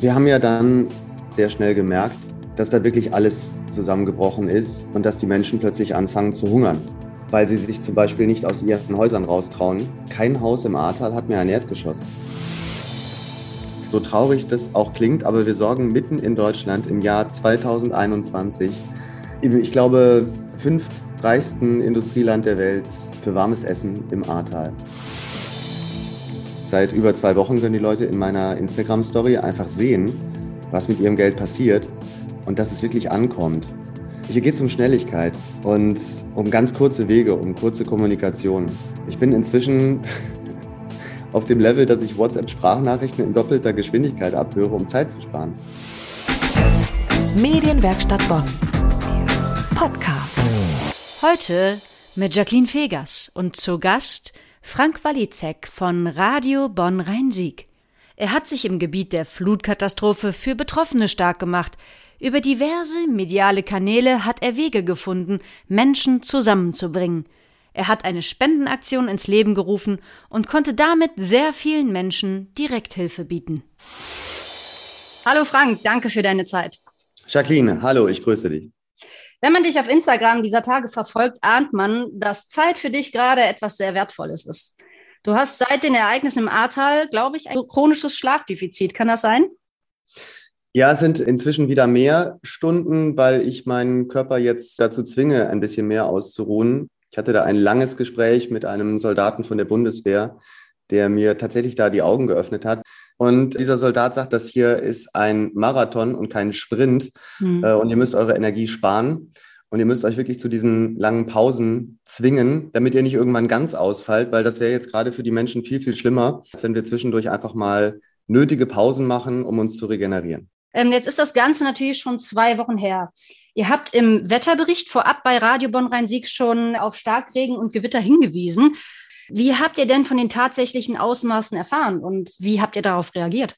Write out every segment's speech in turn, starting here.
Wir haben ja dann sehr schnell gemerkt, dass da wirklich alles zusammengebrochen ist und dass die Menschen plötzlich anfangen zu hungern, weil sie sich zum Beispiel nicht aus ihren Häusern raustrauen. Kein Haus im Ahrtal hat mehr ein Erdgeschoss. So traurig das auch klingt, aber wir sorgen mitten in Deutschland im Jahr 2021, ich glaube, 5. reichsten Industrieland der Welt, für warmes Essen im Ahrtal. Seit über 2 Wochen können die Leute in meiner Instagram-Story einfach sehen, was mit ihrem Geld passiert und dass es wirklich ankommt. Hier geht es um Schnelligkeit und um ganz kurze Wege, um kurze Kommunikation. Ich bin inzwischen auf dem Level, dass ich WhatsApp-Sprachnachrichten in doppelter Geschwindigkeit abhöre, um Zeit zu sparen. Medienwerkstatt Bonn. Podcast. Heute mit Jacqueline Fegers und zu Gast Frank Walizek von Radio Bonn-Rhein-Sieg. Er hat sich im Gebiet der Flutkatastrophe für Betroffene stark gemacht. Über diverse mediale Kanäle hat er Wege gefunden, Menschen zusammenzubringen. Er hat eine Spendenaktion ins Leben gerufen und konnte damit sehr vielen Menschen Direkthilfe bieten. Hallo Frank, danke für deine Zeit. Jacqueline, hallo, ich grüße dich. Wenn man dich auf Instagram dieser Tage verfolgt, ahnt man, dass Zeit für dich gerade etwas sehr Wertvolles ist. Du hast seit den Ereignissen im Ahrtal, glaube ich, ein chronisches Schlafdefizit. Kann das sein? Ja, es sind inzwischen wieder mehr Stunden, weil ich meinen Körper jetzt dazu zwinge, ein bisschen mehr auszuruhen. Ich hatte da ein langes Gespräch mit einem Soldaten von der Bundeswehr, der mir tatsächlich da die Augen geöffnet hat. Und dieser Soldat sagt, das hier ist ein Marathon und kein Sprint. Und ihr müsst eure Energie sparen. Und ihr müsst euch wirklich zu diesen langen Pausen zwingen, damit ihr nicht irgendwann ganz ausfallt, weil das wäre jetzt gerade für die Menschen viel, viel schlimmer, als wenn wir zwischendurch einfach mal nötige Pausen machen, um uns zu regenerieren. Jetzt ist das Ganze natürlich schon 2 Wochen her. Ihr habt im Wetterbericht vorab bei Radio Bonn-Rhein-Sieg schon auf Starkregen und Gewitter hingewiesen. Wie habt ihr denn von den tatsächlichen Ausmaßen erfahren und wie habt ihr darauf reagiert?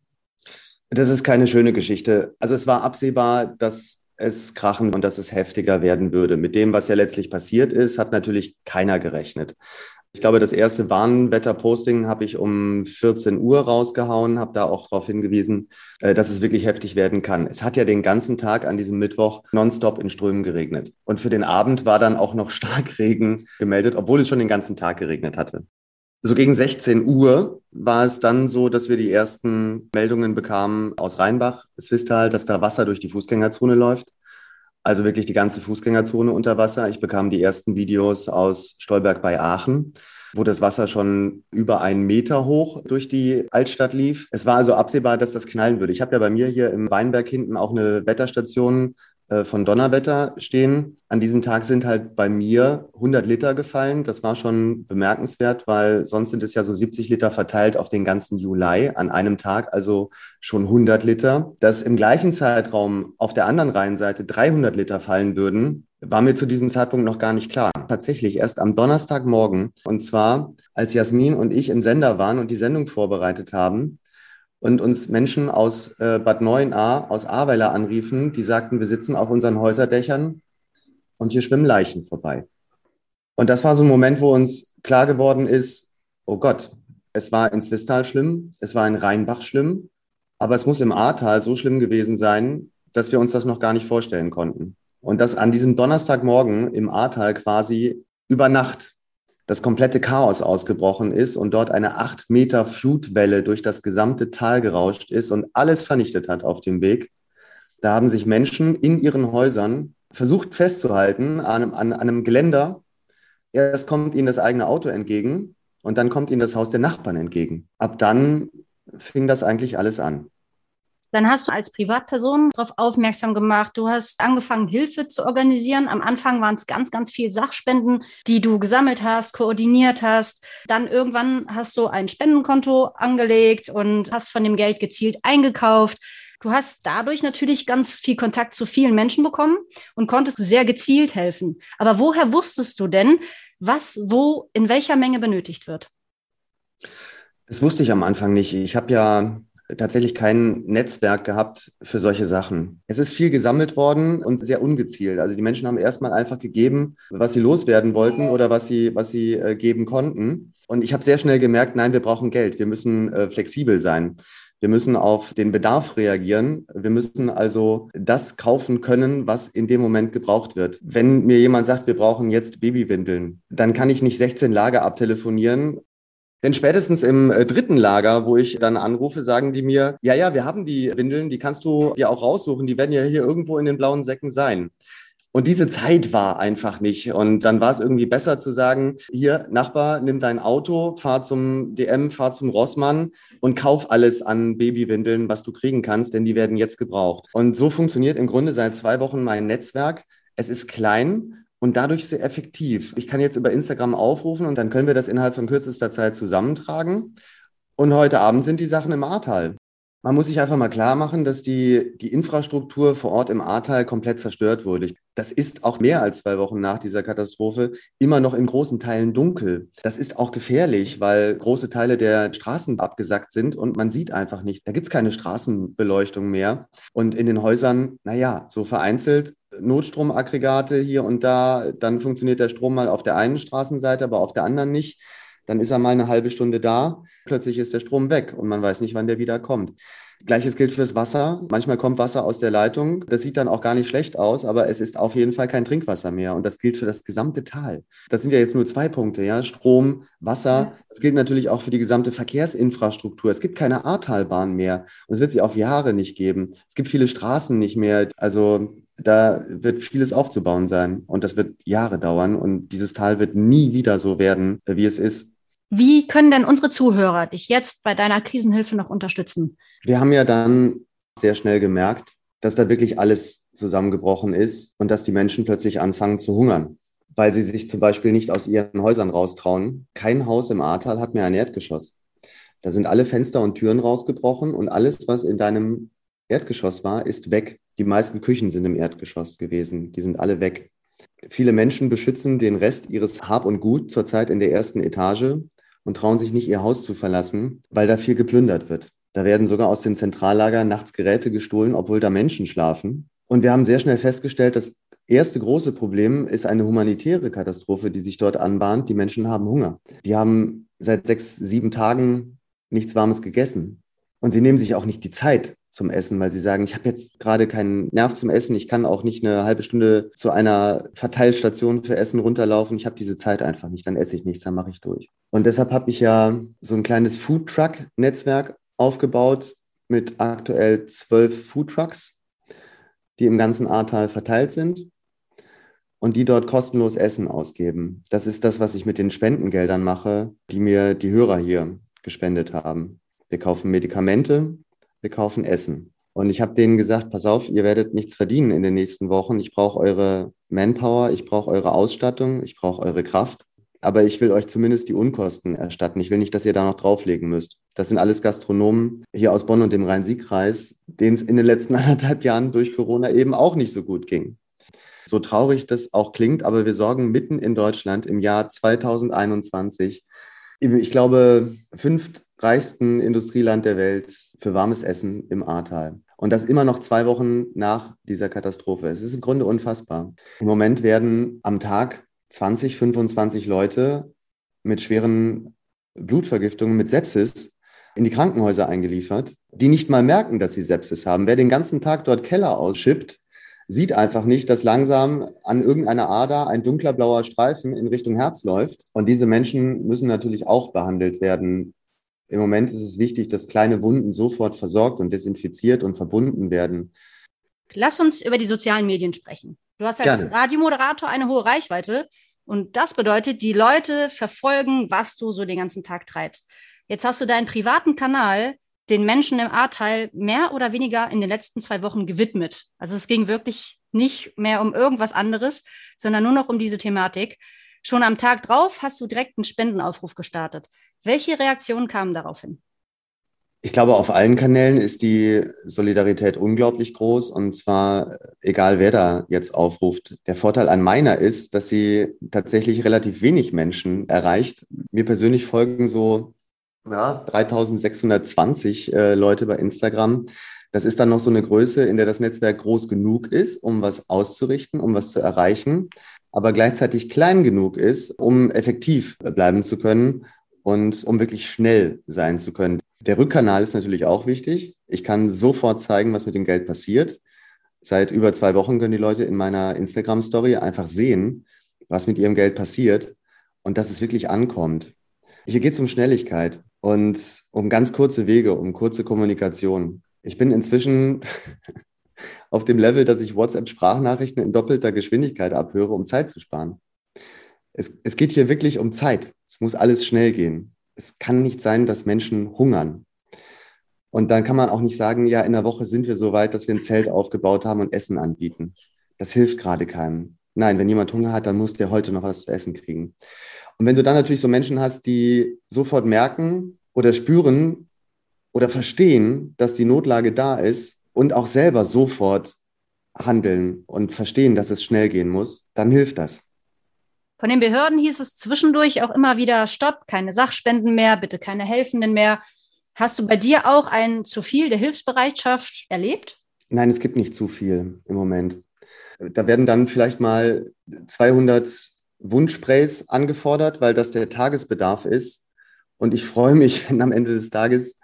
Das ist keine schöne Geschichte. Also es war absehbar, dass es krachen und dass es heftiger werden würde. Mit dem, was ja letztlich passiert ist, hat natürlich keiner gerechnet. Ich glaube, das erste Warnwetter-Posting habe ich um 14 Uhr rausgehauen, habe da auch darauf hingewiesen, dass es wirklich heftig werden kann. Es hat ja den ganzen Tag an diesem Mittwoch nonstop in Strömen geregnet. Und für den Abend war dann auch noch Starkregen gemeldet, obwohl es schon den ganzen Tag geregnet hatte. So gegen 16 Uhr war es dann so, dass wir die ersten Meldungen bekamen aus Rheinbach, Swisttal, dass da Wasser durch die Fußgängerzone läuft. Also wirklich die ganze Fußgängerzone unter Wasser. Ich bekam die ersten Videos aus Stolberg bei Aachen, wo das Wasser schon über 1 Meter hoch durch die Altstadt lief. Es war also absehbar, dass das knallen würde. Ich habe ja bei mir hier im Weinberg hinten auch eine Wetterstation von Donnerwetter stehen. An diesem Tag sind halt bei mir 100 Liter gefallen. Das war schon bemerkenswert, weil sonst sind es ja so 70 Liter verteilt auf den ganzen Juli an einem Tag, also schon 100 Liter. Dass im gleichen Zeitraum auf der anderen Rheinseite 300 Liter fallen würden, war mir zu diesem Zeitpunkt noch gar nicht klar. Tatsächlich erst am Donnerstagmorgen, und zwar als Jasmin und ich im Sender waren und die Sendung vorbereitet haben, und uns Menschen aus Bad Neuenahr, aus Ahrweiler anriefen, die sagten, wir sitzen auf unseren Häuserdächern und hier schwimmen Leichen vorbei. Und das war so ein Moment, wo uns klar geworden ist, oh Gott, es war in Swisttal schlimm, es war in Rheinbach schlimm, aber es muss im Ahrtal so schlimm gewesen sein, dass wir uns das noch gar nicht vorstellen konnten. Und dass an diesem Donnerstagmorgen im Ahrtal quasi über Nacht das komplette Chaos ausgebrochen ist und dort eine 8 Meter Flutwelle durch das gesamte Tal gerauscht ist und alles vernichtet hat auf dem Weg. Da haben sich Menschen in ihren Häusern versucht festzuhalten an einem Geländer. Erst kommt ihnen das eigene Auto entgegen und dann kommt ihnen das Haus der Nachbarn entgegen. Ab dann fing das eigentlich alles an. Dann hast du als Privatperson darauf aufmerksam gemacht. Du hast angefangen, Hilfe zu organisieren. Am Anfang waren es ganz, ganz viel Sachspenden, die du gesammelt hast, koordiniert hast. Dann irgendwann hast du ein Spendenkonto angelegt und hast von dem Geld gezielt eingekauft. Du hast dadurch natürlich ganz viel Kontakt zu vielen Menschen bekommen und konntest sehr gezielt helfen. Aber woher wusstest du denn, was wo in welcher Menge benötigt wird? Das wusste ich am Anfang nicht. Ich habe ja tatsächlich kein Netzwerk gehabt für solche Sachen. Es ist viel gesammelt worden und sehr ungezielt. Also die Menschen haben erstmal einfach gegeben, was sie loswerden wollten oder was sie geben konnten. Und ich habe sehr schnell gemerkt, nein, wir brauchen Geld. Wir müssen flexibel sein. Wir müssen auf den Bedarf reagieren. Wir müssen also das kaufen können, was in dem Moment gebraucht wird. Wenn mir jemand sagt, wir brauchen jetzt Babywindeln, dann kann ich nicht 16 Lager abtelefonieren. Denn spätestens im dritten Lager, wo ich dann anrufe, sagen die mir, ja, wir haben die Windeln, die kannst du ja auch raussuchen, die werden ja hier irgendwo in den blauen Säcken sein. Und diese Zeit war einfach nicht. Und dann war es irgendwie besser zu sagen, hier, Nachbar, nimm dein Auto, fahr zum DM, fahr zum Rossmann und kauf alles an Babywindeln, was du kriegen kannst, denn die werden jetzt gebraucht. Und so funktioniert im Grunde seit 2 Wochen mein Netzwerk. Es ist klein und dadurch sehr effektiv. Ich kann jetzt über Instagram aufrufen und dann können wir das innerhalb von kürzester Zeit zusammentragen. Und heute Abend sind die Sachen im Ahrtal. Man muss sich einfach mal klar machen, dass die Infrastruktur vor Ort im Ahrtal komplett zerstört wurde. Das ist auch mehr als 2 Wochen nach dieser Katastrophe immer noch in großen Teilen dunkel. Das ist auch gefährlich, weil große Teile der Straßen abgesackt sind und man sieht einfach nichts. Da gibt es keine Straßenbeleuchtung mehr. Und in den Häusern, naja, so vereinzelt Notstromaggregate hier und da, dann funktioniert der Strom mal auf der einen Straßenseite, aber auf der anderen nicht. Dann ist er mal eine halbe Stunde da, plötzlich ist der Strom weg und man weiß nicht, wann der wieder kommt. Gleiches gilt fürs Wasser. Manchmal kommt Wasser aus der Leitung. Das sieht dann auch gar nicht schlecht aus, aber es ist auf jeden Fall kein Trinkwasser mehr. Und das gilt für das gesamte Tal. Das sind ja jetzt nur 2 Punkte, ja. Strom, Wasser. Das gilt natürlich auch für die gesamte Verkehrsinfrastruktur. Es gibt keine Ahrtalbahn mehr. Und es wird sie auf Jahre nicht geben. Es gibt viele Straßen nicht mehr. Also da wird vieles aufzubauen sein. Und das wird Jahre dauern. Und dieses Tal wird nie wieder so werden, wie es ist. Wie können denn unsere Zuhörer dich jetzt bei deiner Krisenhilfe noch unterstützen? Wir haben ja dann sehr schnell gemerkt, dass da wirklich alles zusammengebrochen ist und dass die Menschen plötzlich anfangen zu hungern, weil sie sich zum Beispiel nicht aus ihren Häusern raustrauen. Kein Haus im Ahrtal hat mehr ein Erdgeschoss. Da sind alle Fenster und Türen rausgebrochen und alles, was in deinem Erdgeschoss war, ist weg. Die meisten Küchen sind im Erdgeschoss gewesen. Die sind alle weg. Viele Menschen beschützen den Rest ihres Hab und Gut zurzeit in der ersten Etage und trauen sich nicht, ihr Haus zu verlassen, weil da viel geplündert wird. Da werden sogar aus den Zentrallagern nachts Geräte gestohlen, obwohl da Menschen schlafen. Und wir haben sehr schnell festgestellt, das erste große Problem ist eine humanitäre Katastrophe, die sich dort anbahnt. Die Menschen haben Hunger. Die haben seit 6, 7 Tagen nichts Warmes gegessen. Und sie nehmen sich auch nicht die Zeit zum Essen, weil sie sagen, ich habe jetzt gerade keinen Nerv zum Essen, ich kann auch nicht eine halbe Stunde zu einer Verteilstation für Essen runterlaufen, ich habe diese Zeit einfach nicht, dann esse ich nichts, dann mache ich durch. Und deshalb habe ich ja so ein kleines Foodtruck-Netzwerk aufgebaut mit aktuell 12 Foodtrucks, die im ganzen Ahrtal verteilt sind und die dort kostenlos Essen ausgeben. Das ist das, was ich mit den Spendengeldern mache, die mir die Hörer hier gespendet haben. Wir kaufen Medikamente, wir kaufen Essen. Und ich habe denen gesagt, pass auf, ihr werdet nichts verdienen in den nächsten Wochen. Ich brauche eure Manpower, ich brauche eure Ausstattung, ich brauche eure Kraft. Aber ich will euch zumindest die Unkosten erstatten. Ich will nicht, dass ihr da noch drauflegen müsst. Das sind alles Gastronomen hier aus Bonn und dem Rhein-Sieg-Kreis, denen es in den letzten 1,5 Jahren durch Corona eben auch nicht so gut ging. So traurig das auch klingt, aber wir sorgen mitten in Deutschland im Jahr 2021, ich glaube, 5. reichsten Industrieland der Welt für warmes Essen im Ahrtal. Und das immer noch 2 Wochen nach dieser Katastrophe. Es ist im Grunde unfassbar. Im Moment werden am Tag 20, 25 Leute mit schweren Blutvergiftungen, mit Sepsis in die Krankenhäuser eingeliefert, die nicht mal merken, dass sie Sepsis haben. Wer den ganzen Tag dort Keller ausschippt, sieht einfach nicht, dass langsam an irgendeiner Ader ein dunkler blauer Streifen in Richtung Herz läuft. Und diese Menschen müssen natürlich auch behandelt werden. Im Moment ist es wichtig, dass kleine Wunden sofort versorgt und desinfiziert und verbunden werden. Lass uns über die sozialen Medien sprechen. Du hast als Gerne. Radiomoderator eine hohe Reichweite und das bedeutet, die Leute verfolgen, was du so den ganzen Tag treibst. Jetzt hast du deinen privaten Kanal den Menschen im Ahrtal mehr oder weniger in den letzten 2 Wochen gewidmet. Also es ging wirklich nicht mehr um irgendwas anderes, sondern nur noch um diese Thematik. Schon am Tag drauf hast du direkt einen Spendenaufruf gestartet. Welche Reaktionen kamen daraufhin? Ich glaube, auf allen Kanälen ist die Solidarität unglaublich groß und zwar egal, wer da jetzt aufruft. Der Vorteil an meiner ist, dass sie tatsächlich relativ wenig Menschen erreicht. Mir persönlich folgen so 3620 Leute bei Instagram. Das ist dann noch so eine Größe, in der das Netzwerk groß genug ist, um was auszurichten, um was zu erreichen, aber gleichzeitig klein genug ist, um effektiv bleiben zu können und um wirklich schnell sein zu können. Der Rückkanal ist natürlich auch wichtig. Ich kann sofort zeigen, was mit dem Geld passiert. Seit über 2 Wochen können die Leute in meiner Instagram-Story einfach sehen, was mit ihrem Geld passiert und dass es wirklich ankommt. Hier geht es um Schnelligkeit und um ganz kurze Wege, um kurze Kommunikation. Ich bin inzwischen auf dem Level, dass ich WhatsApp-Sprachnachrichten in doppelter Geschwindigkeit abhöre, um Zeit zu sparen. Es geht hier wirklich um Zeit. Es muss alles schnell gehen. Es kann nicht sein, dass Menschen hungern. Und dann kann man auch nicht sagen, ja, in der Woche sind wir so weit, dass wir ein Zelt aufgebaut haben und Essen anbieten. Das hilft gerade keinem. Nein, wenn jemand Hunger hat, dann muss der heute noch was zu essen kriegen. Und wenn du dann natürlich so Menschen hast, die sofort merken oder spüren oder verstehen, dass die Notlage da ist und auch selber sofort handeln und verstehen, dass es schnell gehen muss, dann hilft das. Von den Behörden hieß es zwischendurch auch immer wieder, Stopp, keine Sachspenden mehr, bitte keine Helfenden mehr. Hast du bei dir auch ein zu viel der Hilfsbereitschaft erlebt? Nein, es gibt nicht zu viel im Moment. Da werden dann vielleicht mal 200 Wunschsprays angefordert, weil das der Tagesbedarf ist. Und ich freue mich, wenn am Ende des Tages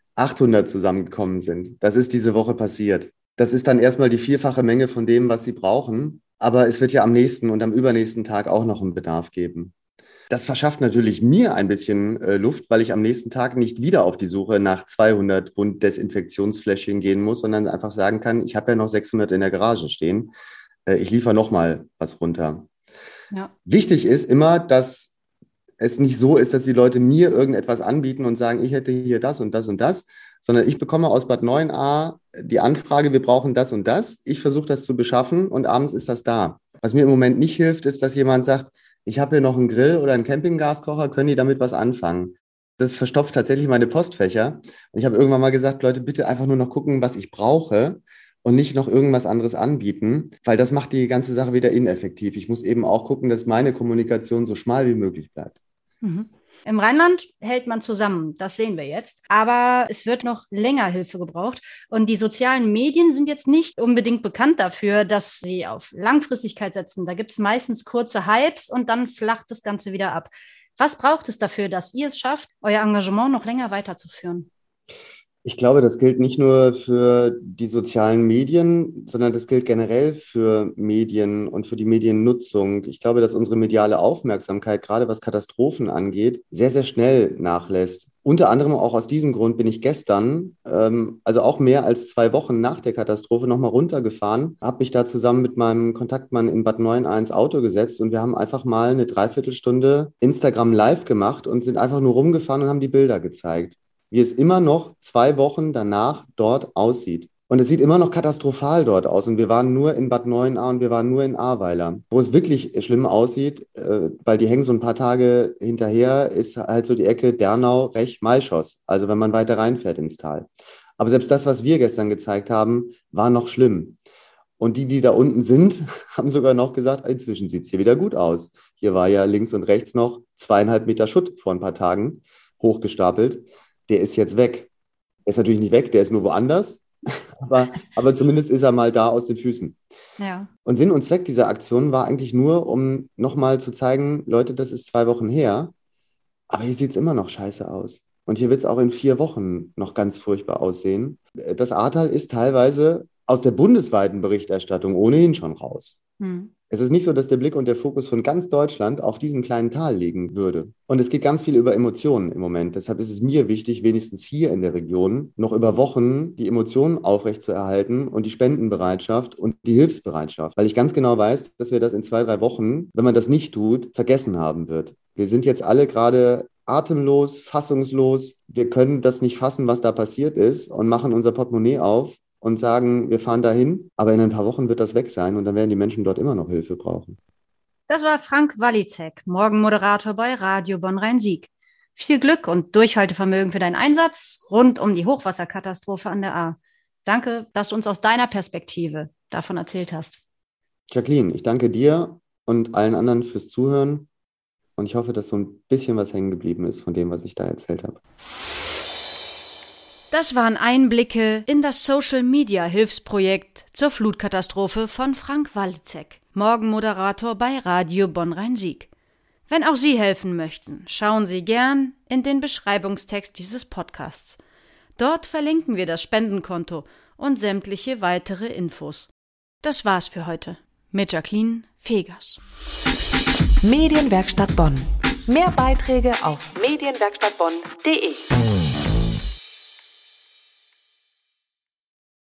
800 zusammengekommen sind. Das ist diese Woche passiert. Das ist dann erstmal die 4-fache Menge von dem, was sie brauchen. Aber es wird ja am nächsten und am übernächsten Tag auch noch einen Bedarf geben. Das verschafft natürlich mir ein bisschen Luft, weil ich am nächsten Tag nicht wieder auf die Suche nach 200 Wunddesinfektionsfläschchen gehen muss, sondern einfach sagen kann, ich habe ja noch 600 in der Garage stehen. Ich liefere nochmal was runter. Ja. Wichtig ist immer, dass es nicht so ist, dass die Leute mir irgendetwas anbieten und sagen, ich hätte hier das und das und das, sondern ich bekomme aus Bad 9a die Anfrage, wir brauchen das und das. Ich versuche das zu beschaffen und abends ist das da. Was mir im Moment nicht hilft, ist, dass jemand sagt, ich habe hier noch einen Grill oder einen Campinggaskocher, können die damit was anfangen? Das verstopft tatsächlich meine Postfächer. Und ich habe irgendwann mal gesagt, Leute, bitte einfach nur noch gucken, was ich brauche und nicht noch irgendwas anderes anbieten, weil das macht die ganze Sache wieder ineffektiv. Ich muss eben auch gucken, dass meine Kommunikation so schmal wie möglich bleibt. Mhm. Im Rheinland hält man zusammen, das sehen wir jetzt. Aber es wird noch länger Hilfe gebraucht. Und die sozialen Medien sind jetzt nicht unbedingt bekannt dafür, dass sie auf Langfristigkeit setzen. Da gibt es meistens kurze Hypes und dann flacht das Ganze wieder ab. Was braucht es dafür, dass ihr es schafft, euer Engagement noch länger weiterzuführen? Ich glaube, das gilt nicht nur für die sozialen Medien, sondern das gilt generell für Medien und für die Mediennutzung. Ich glaube, dass unsere mediale Aufmerksamkeit, gerade was Katastrophen angeht, sehr, sehr schnell nachlässt. Unter anderem auch aus diesem Grund bin ich gestern, also auch mehr als 2 Wochen nach der Katastrophe, nochmal runtergefahren, habe mich da zusammen mit meinem Kontaktmann in Bad 9a ins Auto gesetzt und wir haben einfach mal eine Dreiviertelstunde Instagram live gemacht und sind einfach nur rumgefahren und haben die Bilder gezeigt, wie es immer noch 2 Wochen danach dort aussieht. Und es sieht immer noch katastrophal dort aus. Und wir waren nur in Bad 9a und wir waren nur in Ahrweiler, wo es wirklich schlimm aussieht, weil die hängen so ein paar Tage hinterher, ist halt so die Ecke Dernau, Rech, Malchoss. Also wenn man weiter reinfährt ins Tal. Aber selbst das, was wir gestern gezeigt haben, war noch schlimm. Und die da unten sind, haben sogar noch gesagt, inzwischen sieht es hier wieder gut aus. Hier war ja links und rechts noch 2,5 Meter Schutt vor ein paar Tagen hochgestapelt. Der ist jetzt weg. Der ist natürlich nicht weg, der ist nur woanders, aber zumindest ist er mal da aus den Füßen. Ja. Und Sinn und Zweck dieser Aktion war eigentlich nur, um nochmal zu zeigen, Leute, das ist 2 Wochen her, aber hier sieht es immer noch scheiße aus. Und hier wird es auch in 4 Wochen noch ganz furchtbar aussehen. Das Ahrtal ist teilweise aus der bundesweiten Berichterstattung ohnehin schon raus. Es ist nicht so, dass der Blick und der Fokus von ganz Deutschland auf diesem kleinen Tal liegen würde. Und es geht ganz viel über Emotionen im Moment. Deshalb ist es mir wichtig, wenigstens hier in der Region noch über Wochen die Emotionen aufrechtzuerhalten und die Spendenbereitschaft und die Hilfsbereitschaft. Weil ich ganz genau weiß, dass wir das in 2, 3 Wochen, wenn man das nicht tut, vergessen haben wird. Wir sind jetzt alle gerade atemlos, fassungslos. Wir können das nicht fassen, was da passiert ist und machen unser Portemonnaie auf und sagen, wir fahren dahin, aber in ein paar Wochen wird das weg sein und dann werden die Menschen dort immer noch Hilfe brauchen. Das war Frank Walizek, Morgenmoderator bei Radio Bonn-Rhein-Sieg. Viel Glück und Durchhaltevermögen für deinen Einsatz rund um die Hochwasserkatastrophe an der Ahr. Danke, dass du uns aus deiner Perspektive davon erzählt hast. Jacqueline, ich danke dir und allen anderen fürs Zuhören und ich hoffe, dass so ein bisschen was hängen geblieben ist von dem, was ich da erzählt habe. Das waren Einblicke in das Social-Media-Hilfsprojekt zur Flutkatastrophe von Frank Walizek, Morgenmoderator bei Radio Bonn-Rhein-Sieg. Wenn auch Sie helfen möchten, schauen Sie gern in den Beschreibungstext dieses Podcasts. Dort verlinken wir das Spendenkonto und sämtliche weitere Infos. Das war's für heute mit Jacqueline Fegers. Medienwerkstatt Bonn. Mehr Beiträge auf medienwerkstattbonn.de.